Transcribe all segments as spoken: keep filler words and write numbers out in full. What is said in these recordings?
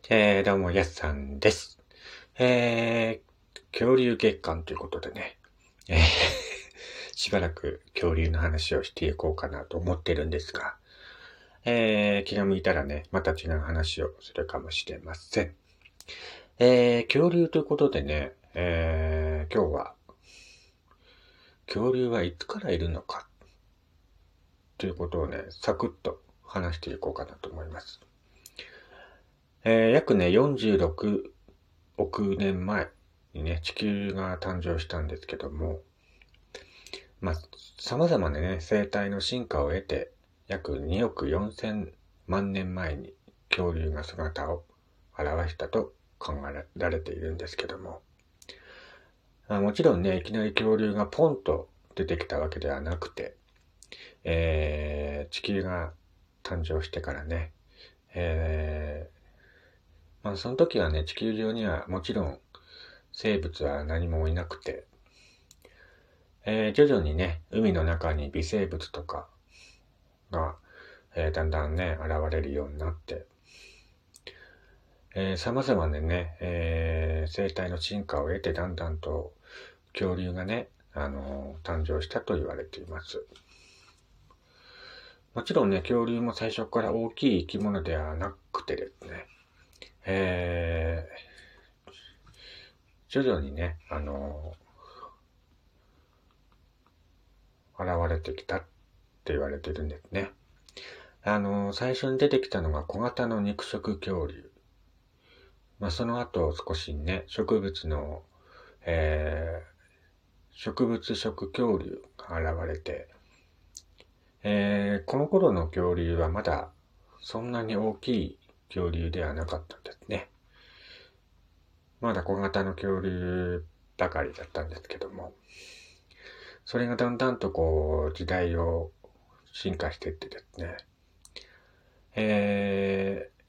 えー、どうも、やすさんです。えー、恐竜月間ということでね、えーしばらく恐竜の話をしていこうかなと思ってるんですが、えー、気が向いたらね、また違う話をするかもしれません。えー、恐竜ということでね、えー、今日は、恐竜はいつからいるのかということをね、サクッと話していこうかなと思います。えー、約ね、よんじゅうろくおくねんまえにね、地球が誕生したんですけども、まあ、様々なね、生態の進化を得て、約におくよんせんまん年前に恐竜が姿を現したと考えられているんですけども、あもちろんね、いきなり恐竜がポンと出てきたわけではなくて、えー、地球が誕生してからね、えー、まあその時はね、地球上にはもちろん生物は何もいなくて、えー徐々にね、海の中に微生物とかが、えーだんだんね、現れるようになって、えー様々なね、えー生態の進化を得てだんだんと恐竜がね、あのー誕生したと言われています。もちろんね、恐竜も最初から大きい生き物ではなくてですね、えー徐々にね、あのー現れてきたって言われてるんですね。あのー最初に出てきたのが小型の肉食恐竜。まあ、その後少しね、植物の、えー植物食恐竜が現れて、えーこの頃の恐竜はまだそんなに大きい恐竜ではなかったんですね。まだ小型の恐竜ばかりだったんですけども、それがだんだんとこう時代を進化していってですね、えー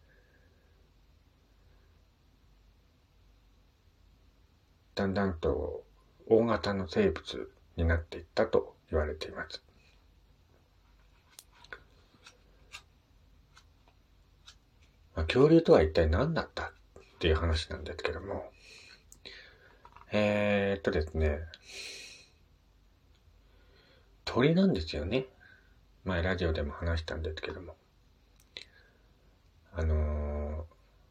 だんだんと大型の生物になっていったと言われています。まあ、恐竜とは一体何だったっていう話なんですけども、えーっとですね、鳥なんですよね。前ラジオでも話したんですけども、あのー、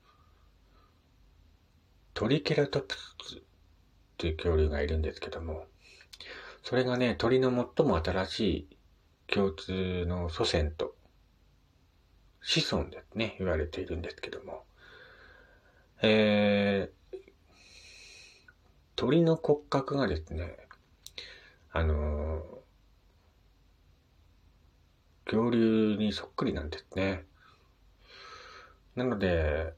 トリケラトプスっていう恐竜がいるんですけども、それがね、鳥の最も新しい共通の祖先と子孫ですね、言われているんですけども、えー、鳥の骨格がですね、あのー、恐竜にそっくりなんですね。なので、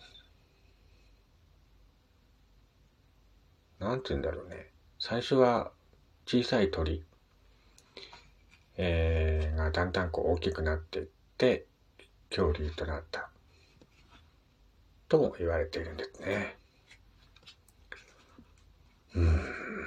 なんて言うんだろうね。最初は小さい鳥、えーがだんだんこう大きくなっていって恐竜となったとも言われているんですね。うん。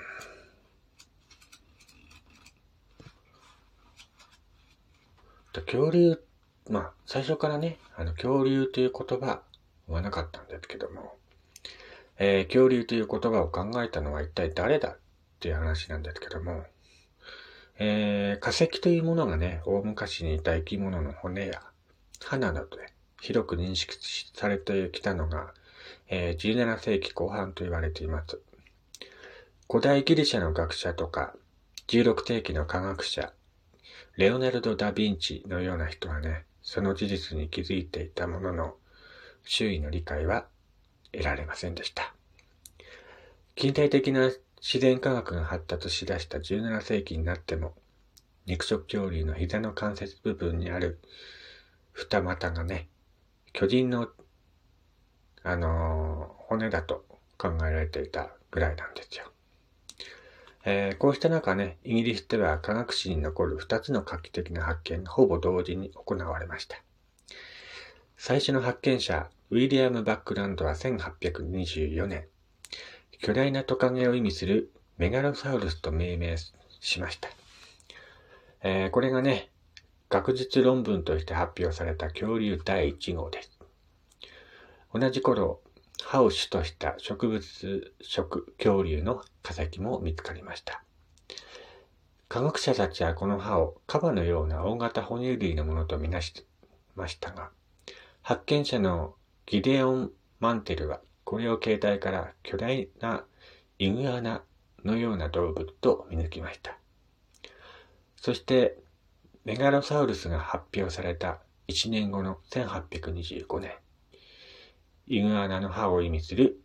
恐竜、まあ最初からね、あの恐竜という言葉はなかったんですけども、えー恐竜という言葉を考えたのは一体誰だっていう話なんですけども、えー化石というものがね、大昔にいた生き物の骨や歯などで広く認識されてきたのが、えーじゅうなな世紀後半と言われています。古代ギリシャの学者とか、じゅうろく世紀の科学者、レオナルド・ダ・ヴィンチのような人はね、その事実に気づいていたものの、周囲の理解は得られませんでした。近代的な自然科学が発達しだしたじゅうなな世紀になっても、肉食恐竜の膝の関節部分にある二股がね、巨人の、あのー骨だと考えられていたぐらいなんですよ。えーこうした中ね、イギリスでは科学史に残る二つの画期的な発見がほぼ同時に行われました。最初の発見者、ウィリアム・バックランドはせんはっぴゃくにじゅうよねん、巨大なトカゲを意味するメガロサウルスと命名しました。えーこれがね、学術論文として発表された恐竜だいいち号です。 同じ頃、歯を主とした植物食恐竜の化石も見つかりました。科学者たちはこの歯をカバのような大型哺乳類のものとみなしましたが、発見者のギデオン・マンテルはこれを形態から巨大なイグアナのような動物と見抜きました。そしてメガロサウルスが発表されたいちねんごのせんはっぴゃくにじゅうごねん、イグアナの歯を意味する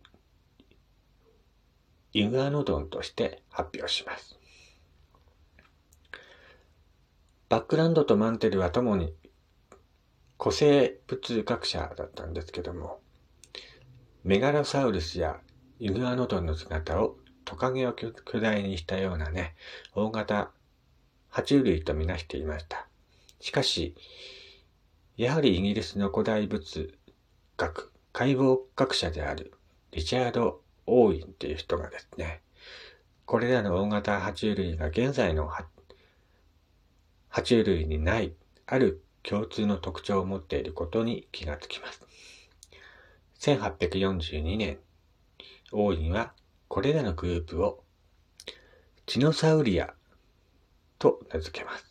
イグアノドンとして発表します。バックランドとマンテルはともに古生物学者だったんですけども、メガロサウルスやイグアノドンの姿をトカゲを巨大にしたようなね、大型爬虫類とみなしていました。しかし、やはりイギリスの古代物学、解剖学者であるリチャード・オーインという人がですね、これらの大型爬虫類が現在の爬虫類にないある共通の特徴を持っていることに気がつきます。せんはっぴゃくよんじゅうにねん、オーインはこれらのグループをチノサウリアと名付けます。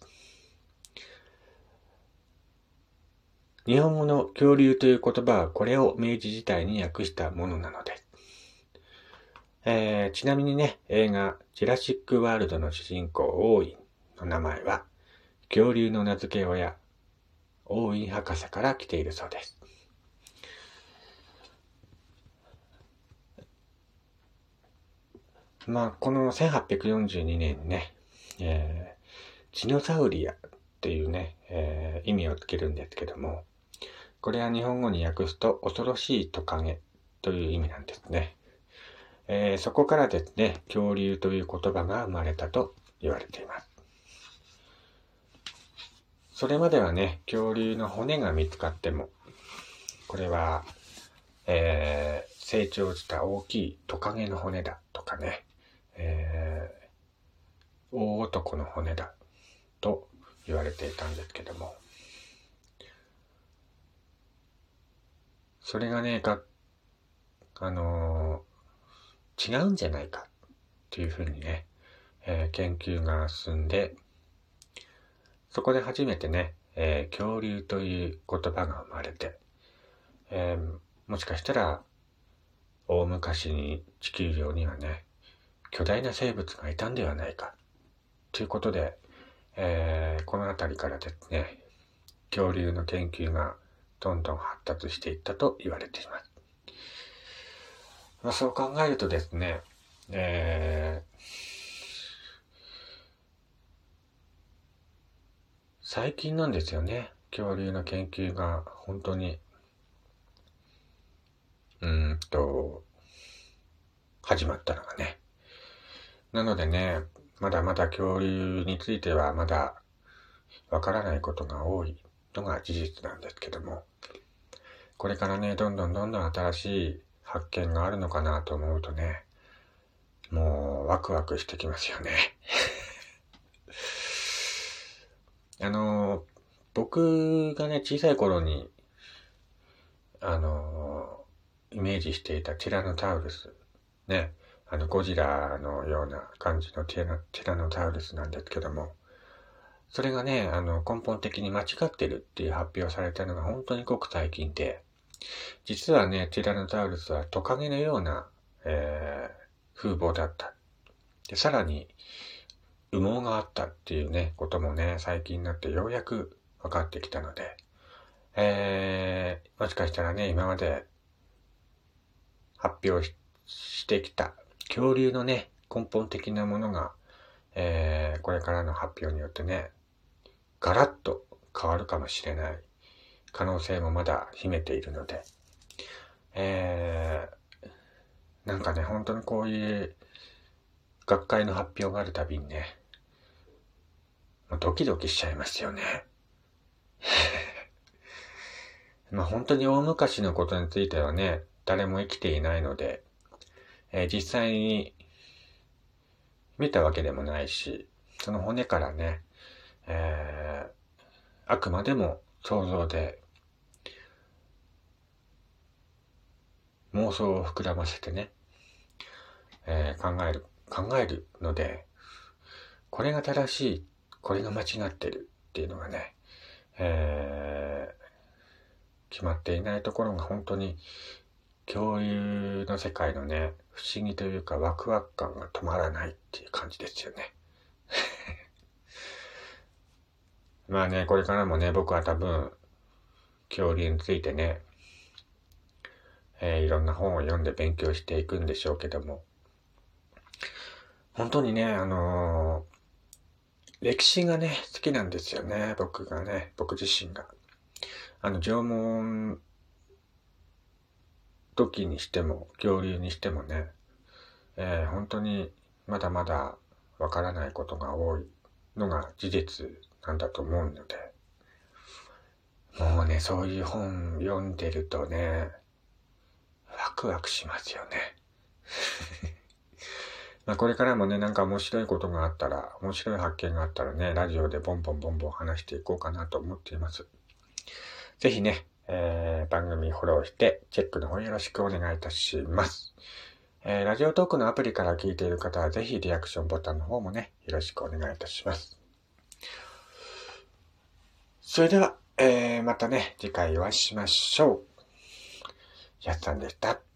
日本語の恐竜という言葉はこれを明治時代に訳したものなのです。えー、ちなみにね、映画ジュラシックワールドの主人公オーインの名前は恐竜の名付け親オーイン博士から来ているそうです。まあ、このせんはっぴゃくよんじゅうにねんにね、えー、チノサウリアっていうね、えー、意味をつけるんですけども、これは日本語に訳すと恐ろしいトカゲという意味なんですね。えー、そこからですね、恐竜という言葉が生まれたと言われています。それまではね、恐竜の骨が見つかっても、これは、えー、成長した大きいトカゲの骨だとかね、えー、大男の骨だと言われていたんですけども、それがね、が、あのー、違うんじゃないかっていうふうにね、えー、研究が進んで、そこで初めてね、えー、恐竜という言葉が生まれて、えー、もしかしたら大昔に地球上にはね、巨大な生物がいたんではないかということで、えー、この辺りからですね、恐竜の研究がどんどん発達していったと言われています。まあ、そう考えるとですね、えー、最近なんですよね、恐竜の研究が本当にうーんと始まったのがね。なのでね、まだまだ恐竜についてはまだわからないことが多いのが事実なんですけども、これからね、どんどんどんどん新しい発見があるのかなと思うとね、もうワクワクしてきますよね。あの、僕がね、小さい頃に、あの、イメージしていたティラノタウルス、ね、あの、ゴジラのような感じのティラノ、ティラノタウルスなんですけども、それがね、あの、根本的に間違ってるっていう発表されたのが本当にごく最近で、実はね、ティラノタウルスはトカゲのような、えー、風貌だった。で、さらに、羽毛があったっていうね、こともね、最近になってようやく分かってきたので、えー、もしかしたらね、今まで発表 し, してきた恐竜のね、根本的なものが、えー、これからの発表によってね、ガラッと変わるかもしれない可能性もまだ秘めているので、えー、なんかね、本当にこういう学会の発表があるたびにね、ドキドキしちゃいますよね。まあ本当に大昔のことについてはね、誰も生きていないので、えー、実際に見たわけでもないし、その骨からね、えー、あくまでも想像で、 妄想を膨らませてね、えー、考える、考えるので、これが正しい、これが間違ってるっていうのがね、えー、決まっていないところが本当に恐竜の世界のね、不思議というかワクワク感が止まらないっていう感じですよね。まあね、これからもね、僕は多分、恐竜についてね、えー、いろんな本を読んで勉強していくんでしょうけども、本当にね、あのー、歴史がね、好きなんですよね、僕がね、僕自身が。あの、縄文時にしても、恐竜にしてもね、えー、本当にまだまだわからないことが多いのが事実なんだと思うので、もうね、そういう本読んでるとね、ワクワクしますよね。まあこれからもね、なんか面白いことがあったら、面白い発見があったらね、ラジオでボンボンボンボン話していこうかなと思っています。ぜひね、えー、番組フォローしてチェックの方よろしくお願いいたします。えー、ラジオトークのアプリから聞いている方はぜひリアクションボタンの方もね、よろしくお願いいたします。それでは、えー、またね、次回お会いしましょう。やっさんでした。